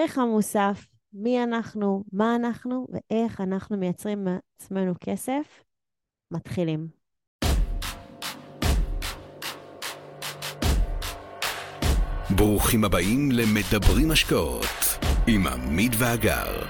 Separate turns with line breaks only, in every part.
הערך המוסף, מי אנחנו, מה אנחנו ואיך אנחנו מייצרים מעצמנו כסף, מתחילים.
ברוכים הבאים למדברים השקעות עם עמית ואגר.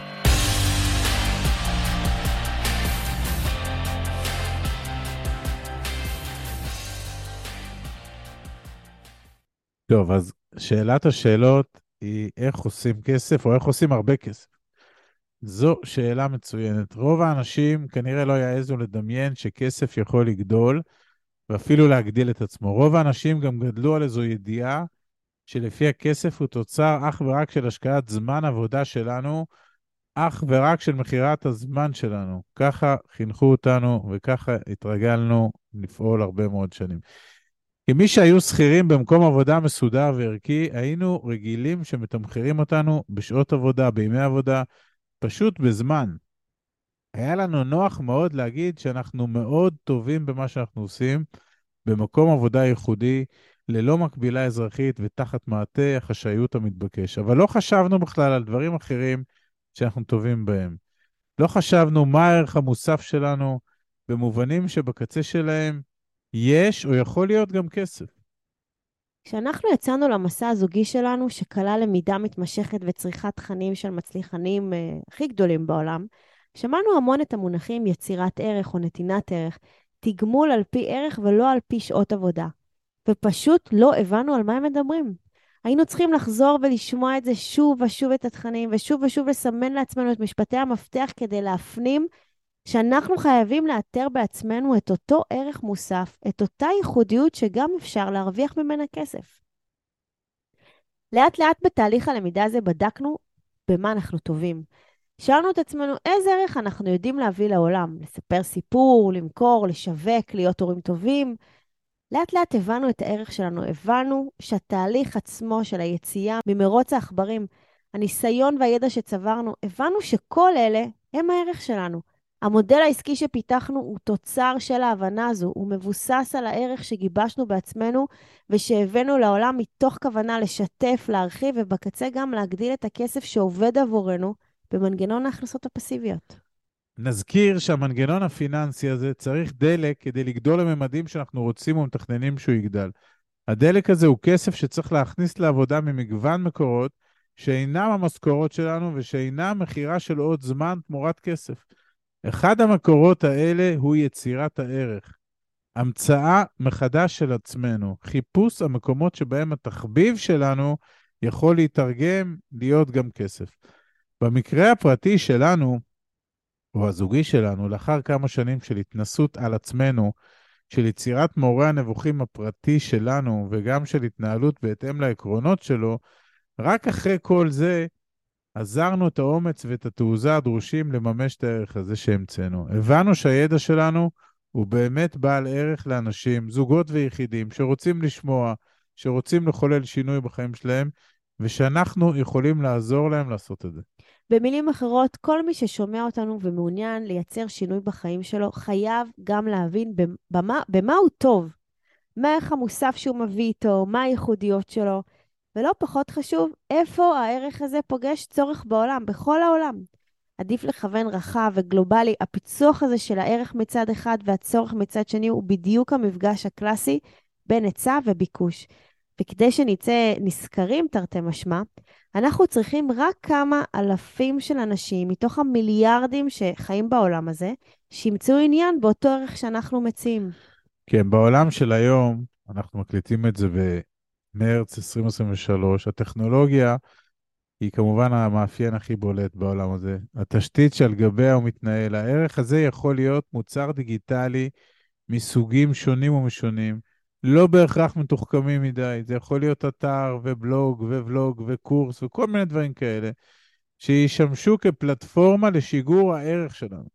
טוב, אז שאלת השאלות היא איך עושים כסף או איך עושים הרבה כסף. זו שאלה מצוינת. רוב האנשים כנראה לא יעזו לדמיין שכסף יכול לגדול ואפילו להגדיל את עצמו. רוב האנשים גם גדלו על איזו ידיעה שלפי הכסף הוא תוצר אך ורק של השקעת זמן עבודה שלנו, אך ורק של מחירת הזמן שלנו. ככה חינכו אותנו וככה התרגלנו לפעול הרבה מאוד שנים. כמי שהיו שכירים במקום עבודה מסודר וערכי, היינו רגילים שמתמחרים אותנו בשעות עבודה, בימי עבודה, פשוט בזמן. היה לנו נוח מאוד להגיד שאנחנו מאוד טובים במה שאנחנו עושים, במקום עבודה ייחודי, ללא מקבילה אזרחית ותחת מעטה החשאיות המתבקש. אבל לא חשבנו בכלל על דברים אחרים שאנחנו טובים בהם. לא חשבנו מה הערך המוסף שלנו, במובנים שבקצה שלהם יש או יכול להיות גם כסף.
כשאנחנו יצאנו למסע הזוגי שלנו, שכלל למידה מתמשכת וצריכת תכנים של מצליחנים הכי גדולים בעולם, שמענו המון את המונחים יצירת ערך או נתינת ערך, תגמול על פי ערך ולא על פי שעות עבודה. ופשוט לא הבנו על מה הם מדברים. היינו צריכים לחזור ולשמוע את זה שוב ושוב את התכנים, ושוב ושוב לסמן לעצמנו את משפטי המפתח כדי להפנים שאנחנו חייבים לאתר בעצמנו את אותו ערך מוסף, את אותה ייחודיות שגם אפשר להרוויח ממנה כסף. לאט לאט בתהליך הלמידה הזה בדקנו במה אנחנו טובים. שאלנו את עצמנו איזה ערך אנחנו יודעים להביא לעולם, לספר סיפור, למכור, לשווק, להיות הורים טובים. לאט לאט הבנו את הערך שלנו, הבנו שהתהליך עצמו של היציאה ממרוץ העכברים, הניסיון והידע שצברנו, הבנו שכל אלה הם הערך שלנו. המודל העסקי שפיתחנו הוא תוצר של ההבנה הזו, הוא מבוסס על הערך שגיבשנו בעצמנו ושהבאנו לעולם מתוך כוונה לשתף, להרחיב ובקצה גם להגדיל את הכסף שעובד עבורנו במנגנון ההכנסות הפסיביות.
נזכיר שהמנגנון הפיננסי הזה צריך דלק כדי לגדול לממדים שאנחנו רוצים ומתכננים שהוא יגדל. הדלק הזה הוא כסף שצריך להכניס לעבודה ממגוון מקורות שאינם המשכורות שלנו ושאינם מחירה של עוד זמן תמורת כסף. אחד המקורות האלה הוא יצירת הערך. המצאה מחדש של עצמנו, חיפוש המקומות שבהם התחביב שלנו יכול להתרגם להיות גם כסף. במקרה הפרטי שלנו, או הזוגי שלנו, לאחר כמה שנים של התנסות על עצמנו, של יצירת מורה הנבוכים הפרטי שלנו, וגם של התנהלות בהתאם לעקרונות שלו, רק אחרי כל זה, עזרנו את האומץ ואת התעוזה הדרושים לממש את הערך הזה שהמצאנו. הבנו שהידע שלנו הוא באמת בעל ערך לאנשים, זוגות ויחידים, שרוצים לשמוע, שרוצים לחולל שינוי בחיים שלהם, ושאנחנו יכולים לעזור להם לעשות את זה.
במילים אחרות, כל מי ששומע אותנו ומעוניין לייצר שינוי בחיים שלו, חייב גם להבין במה הוא טוב, מה הערך המוסף שהוא מביא איתו, מה הייחודיות שלו, ולא פחות חשוב, איפה הערך הזה פוגש צורך בעולם, בכל העולם. עדיף לכוון רחב וגלובלי, הפיצוח הזה של הערך מצד אחד והצורך מצד שני הוא בדיוק המפגש הקלאסי בין היצע וביקוש. וכדי שנצא נזכרים תרתי משמע, אנחנו צריכים רק כמה אלפים של אנשים מתוך המיליארדים שחיים בעולם הזה, שימצאו עניין באותו ערך שאנחנו מציעים.
כן, בעולם של היום, אנחנו מקליטים את זה במרץ 2023, הטכנולוגיה היא כמובן המאפיין הכי בולט בעולם הזה. התשתית שעל גביה הוא מתנהל, הערך הזה יכול להיות מוצר דיגיטלי מסוגים שונים ומשונים, לא בהכרח מתוחכמים מדי, זה יכול להיות אתר ובלוג ובלוג וקורס וכל מיני דברים כאלה, שישמשו כפלטפורמה לשיגור הערך שלנו.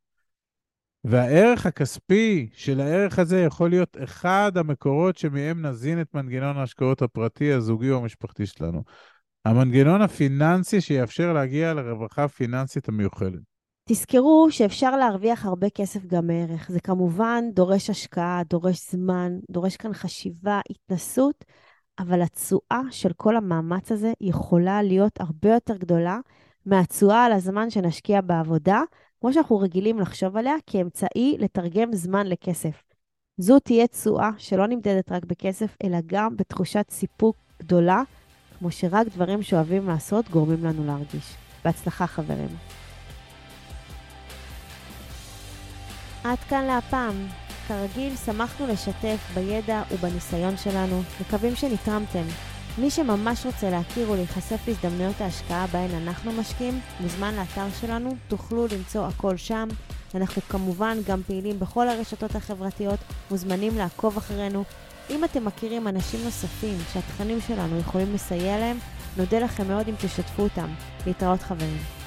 והערך הכספי של הערך הזה יכול להיות אחד המקורות שמהם נזין את מנגנון ההשקעות הפרטי, הזוגי או המשפחתי שלנו. המנגנון הפיננסי שיאפשר להגיע לרווחה פיננסית המיוחלת.
תזכרו שאפשר להרוויח הרבה כסף גם מערך. זה כמובן דורש השקעה, דורש זמן, דורש כאן חשיבה, התנסות, אבל התשואה של כל המאמץ הזה יכולה להיות הרבה יותר גדולה מהתשואה על הזמן שנשקיע בעבודה, כמו שאנחנו רגילים לחשוב עליה, כאמצעי לתרגם זמן לכסף. זו תהיה תשואה שלא נמדדת רק בכסף, אלא גם בתחושת סיפוק גדולה, כמו שרק דברים שאוהבים לעשות גורמים לנו להרגיש. בהצלחה חברים. עד כאן להפעם. כרגיל, שמחנו לשתף בידע ובניסיון שלנו, מקווים שנתרמתם. מי שממש רוצה להכיר ולהיחשף להזדמנויות ההשקעה בהן אנחנו משקיעים, מוזמן לאתר שלנו, תוכלו למצוא הכל שם. אנחנו כמובן גם פעילים בכל הרשתות החברתיות, מוזמנים לעקוב אחרינו. אם אתם מכירים אנשים נוספים שהתכנים שלנו יכולים לסייע להם, נודה לכם מאוד אם תשתפו אותם. להתראות חברים.